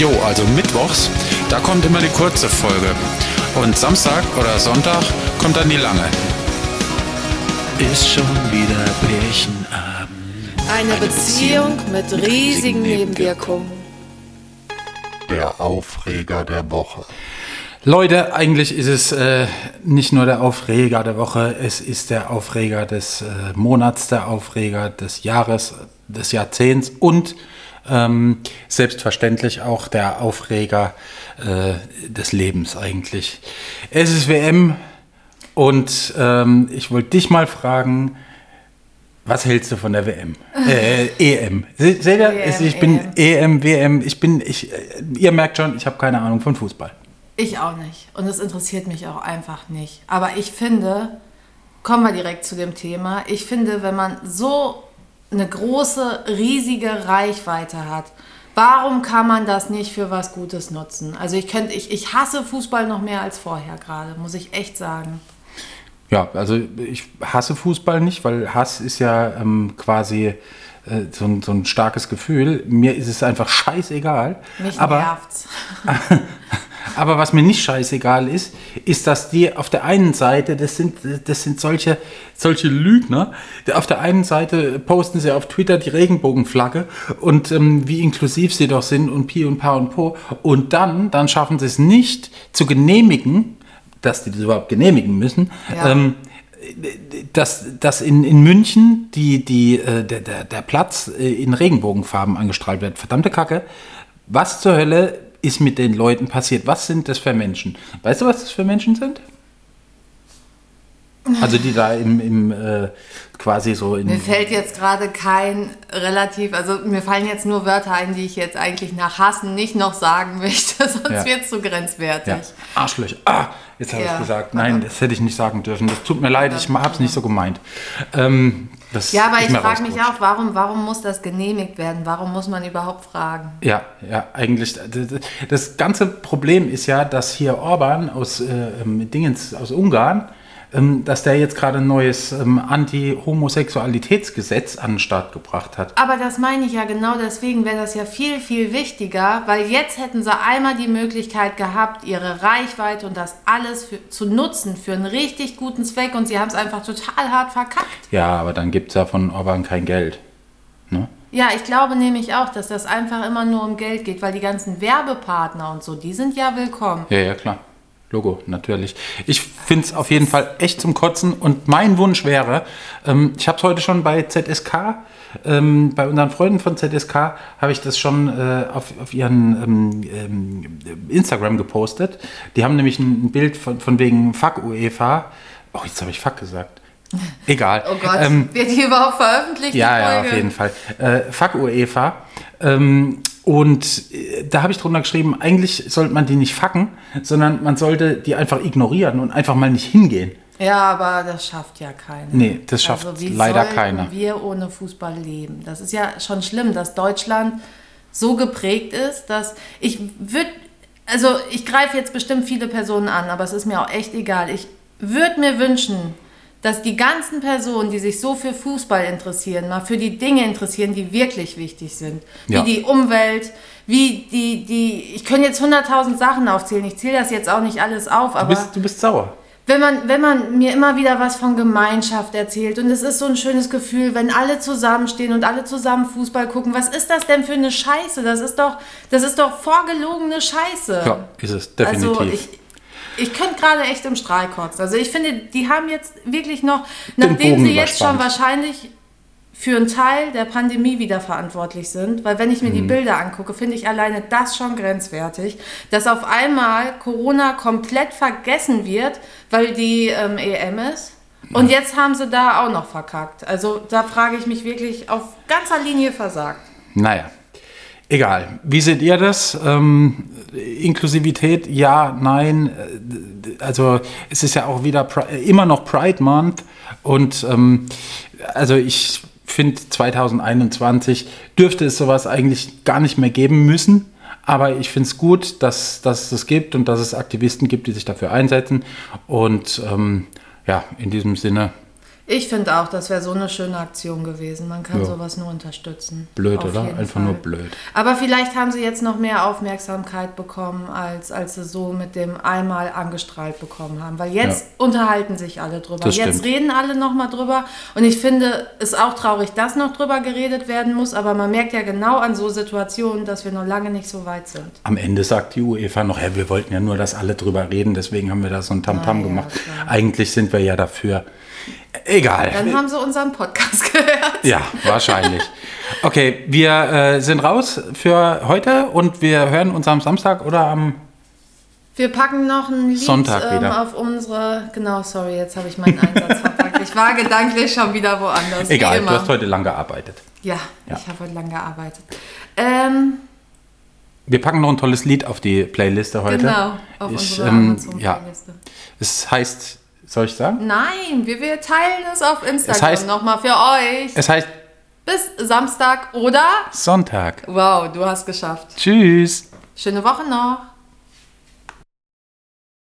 Jo, also mittwochs, da kommt immer die kurze Folge. Und Samstag oder Sonntag kommt dann die lange. Ist schon wieder Pärchenabend. Eine Beziehung mit riesigen Nebenwirkungen. Der Aufreger der Woche. Leute, eigentlich ist es nicht nur der Aufreger der Woche, es ist der Aufreger des Monats, der Aufreger des Jahres, des Jahrzehnts und selbstverständlich auch der Aufreger des Lebens eigentlich. Es ist WM und ich wollte dich mal fragen, was hältst du von der WM? EM. Seht ihr? WM, ich bin EM, WM, ihr merkt schon, ich habe keine Ahnung von Fußball. Ich auch nicht. Und es interessiert mich auch einfach nicht. Aber ich finde, kommen wir direkt zu dem Thema, ich finde, wenn man so eine große, riesige Reichweite hat, warum kann man das nicht für was Gutes nutzen? Also ich hasse Fußball noch mehr als vorher gerade, muss ich echt sagen. Ja, also ich hasse Fußball nicht, weil Hass ist ja quasi so ein starkes Gefühl. Mir ist es einfach scheißegal. Mich nervt's. Aber was mir nicht scheißegal ist, dass die auf der einen Seite, das sind solche Lügner, auf der einen Seite posten sie auf Twitter die Regenbogenflagge und wie inklusiv sie doch sind und Pi und Pa und Po und dann schaffen sie es nicht zu genehmigen, dass die das überhaupt genehmigen müssen, Ja. Dass in München der Platz in Regenbogenfarben angestrahlt wird. Verdammte Kacke, was zur Hölle ist mit den Leuten passiert? Was sind das für Menschen? Weißt du, was das für Menschen sind? Also die da quasi so in... Mir fällt jetzt gerade mir fallen jetzt nur Wörter ein, die ich jetzt eigentlich nach Hassen nicht noch sagen möchte, sonst wird es so grenzwertig. Ja. Arschlöcher. Jetzt habe ich gesagt. Nein, das hätte ich nicht sagen dürfen. Das tut mir leid, ich habe es nicht so gemeint. Aber ich frage mich auch, warum muss das genehmigt werden? Warum muss man überhaupt fragen? Ja, eigentlich. Das ganze Problem ist ja, dass hier Orban aus Ungarn, dass der jetzt gerade ein neues Anti-Homosexualitätsgesetz an den Start gebracht hat. Aber das meine ich ja, genau deswegen wäre das ja viel, viel wichtiger, weil jetzt hätten sie einmal die Möglichkeit gehabt, ihre Reichweite und das alles zu nutzen für einen richtig guten Zweck und sie haben es einfach total hart verkackt. Ja, aber dann gibt es ja von Orban kein Geld. Ne? Ja, ich glaube nämlich auch, dass das einfach immer nur um Geld geht, weil die ganzen Werbepartner und so, die sind ja willkommen. Ja, klar. Logo, natürlich. Ich finde es auf jeden Fall echt zum Kotzen und mein Wunsch wäre, ich habe es heute schon bei ZSK, bei unseren Freunden von ZSK habe ich das schon auf ihren Instagram gepostet. Die haben nämlich ein Bild von wegen Fuck UEFA. Oh, jetzt habe ich Fuck gesagt. Egal. Oh Gott, wird die überhaupt veröffentlicht? Ja, auf jeden Fall. Fuck UEFA. Und da habe ich drunter geschrieben, eigentlich sollte man die nicht fucken, sondern man sollte die einfach ignorieren und einfach mal nicht hingehen. Ja, aber das schafft ja keiner. Nee, das schafft leider keiner. Wie wir ohne Fußball leben? Das ist ja schon schlimm, dass Deutschland so geprägt ist, dass ich greife jetzt bestimmt viele Personen an, aber es ist mir auch echt egal. Ich würde mir wünschen, dass die ganzen Personen, die sich so für Fußball interessieren, mal für die Dinge interessieren, die wirklich wichtig sind. Wie die Umwelt, ich könnte jetzt 100.000 Sachen aufzählen, ich zähle das jetzt auch nicht alles auf, aber... Du bist sauer. Wenn man mir immer wieder was von Gemeinschaft erzählt und es ist so ein schönes Gefühl, wenn alle zusammenstehen und alle zusammen Fußball gucken, was ist das denn für eine Scheiße? Das ist doch vorgelogene Scheiße. Ja, ist es, definitiv. Also ich könnte gerade echt im Strahl kotzen. Also ich finde, die haben jetzt wirklich noch, nachdem sie jetzt schon wahrscheinlich für einen Teil der Pandemie wieder verantwortlich sind, weil wenn ich mir die Bilder angucke, finde ich alleine das schon grenzwertig, dass auf einmal Corona komplett vergessen wird, weil die EM ist. Und jetzt haben sie da auch noch verkackt. Also da frage ich mich wirklich, auf ganzer Linie versagt. Naja. Egal. Wie seht ihr das? Inklusivität, ja, nein. Also es ist ja auch wieder immer noch Pride Month und also ich finde 2021 dürfte es sowas eigentlich gar nicht mehr geben müssen. Aber ich finde es gut, dass es das gibt und dass es Aktivisten gibt, die sich dafür einsetzen. Und in diesem Sinne. Ich finde auch, das wäre so eine schöne Aktion gewesen. Man kann Ja. sowas nur unterstützen. Blöd, Auf oder? jeden Einfach Fall. nur blöd. Aber vielleicht haben sie jetzt noch mehr Aufmerksamkeit bekommen, als sie so mit dem einmal angestrahlt bekommen haben. Weil jetzt unterhalten sich alle drüber. Das Jetzt stimmt. reden alle nochmal drüber. Und ich finde es auch traurig, dass noch drüber geredet werden muss. Aber man merkt ja genau an so Situationen, dass wir noch lange nicht so weit sind. Am Ende sagt die UEFA noch, wir wollten ja nur, dass alle drüber reden, deswegen haben wir da so ein Tamtam Na ja, gemacht. klar. Eigentlich sind wir ja dafür. Egal. Dann haben sie unseren Podcast gehört. Ja, wahrscheinlich. Okay, wir sind raus für heute und wir hören uns am Samstag oder am... Wir packen noch ein Lied Sonntag wieder. auf unsere... Genau, sorry, jetzt habe ich meinen Einsatz verpackt. Ich war gedanklich schon wieder woanders. wie Egal, immer. du hast heute lang gearbeitet. Ja, Ja. ich habe heute lange gearbeitet. Wir packen noch ein tolles Lied auf die Playliste heute. Genau, auf Ich, unsere ja, Amazon-Playliste. es heißt, soll ich sagen? Nein, wir teilen es auf Instagram Es heißt- nochmal für euch. Es heißt Bis Samstag oder... Sonntag. Wow, du hast geschafft. Tschüss. Schöne Woche noch.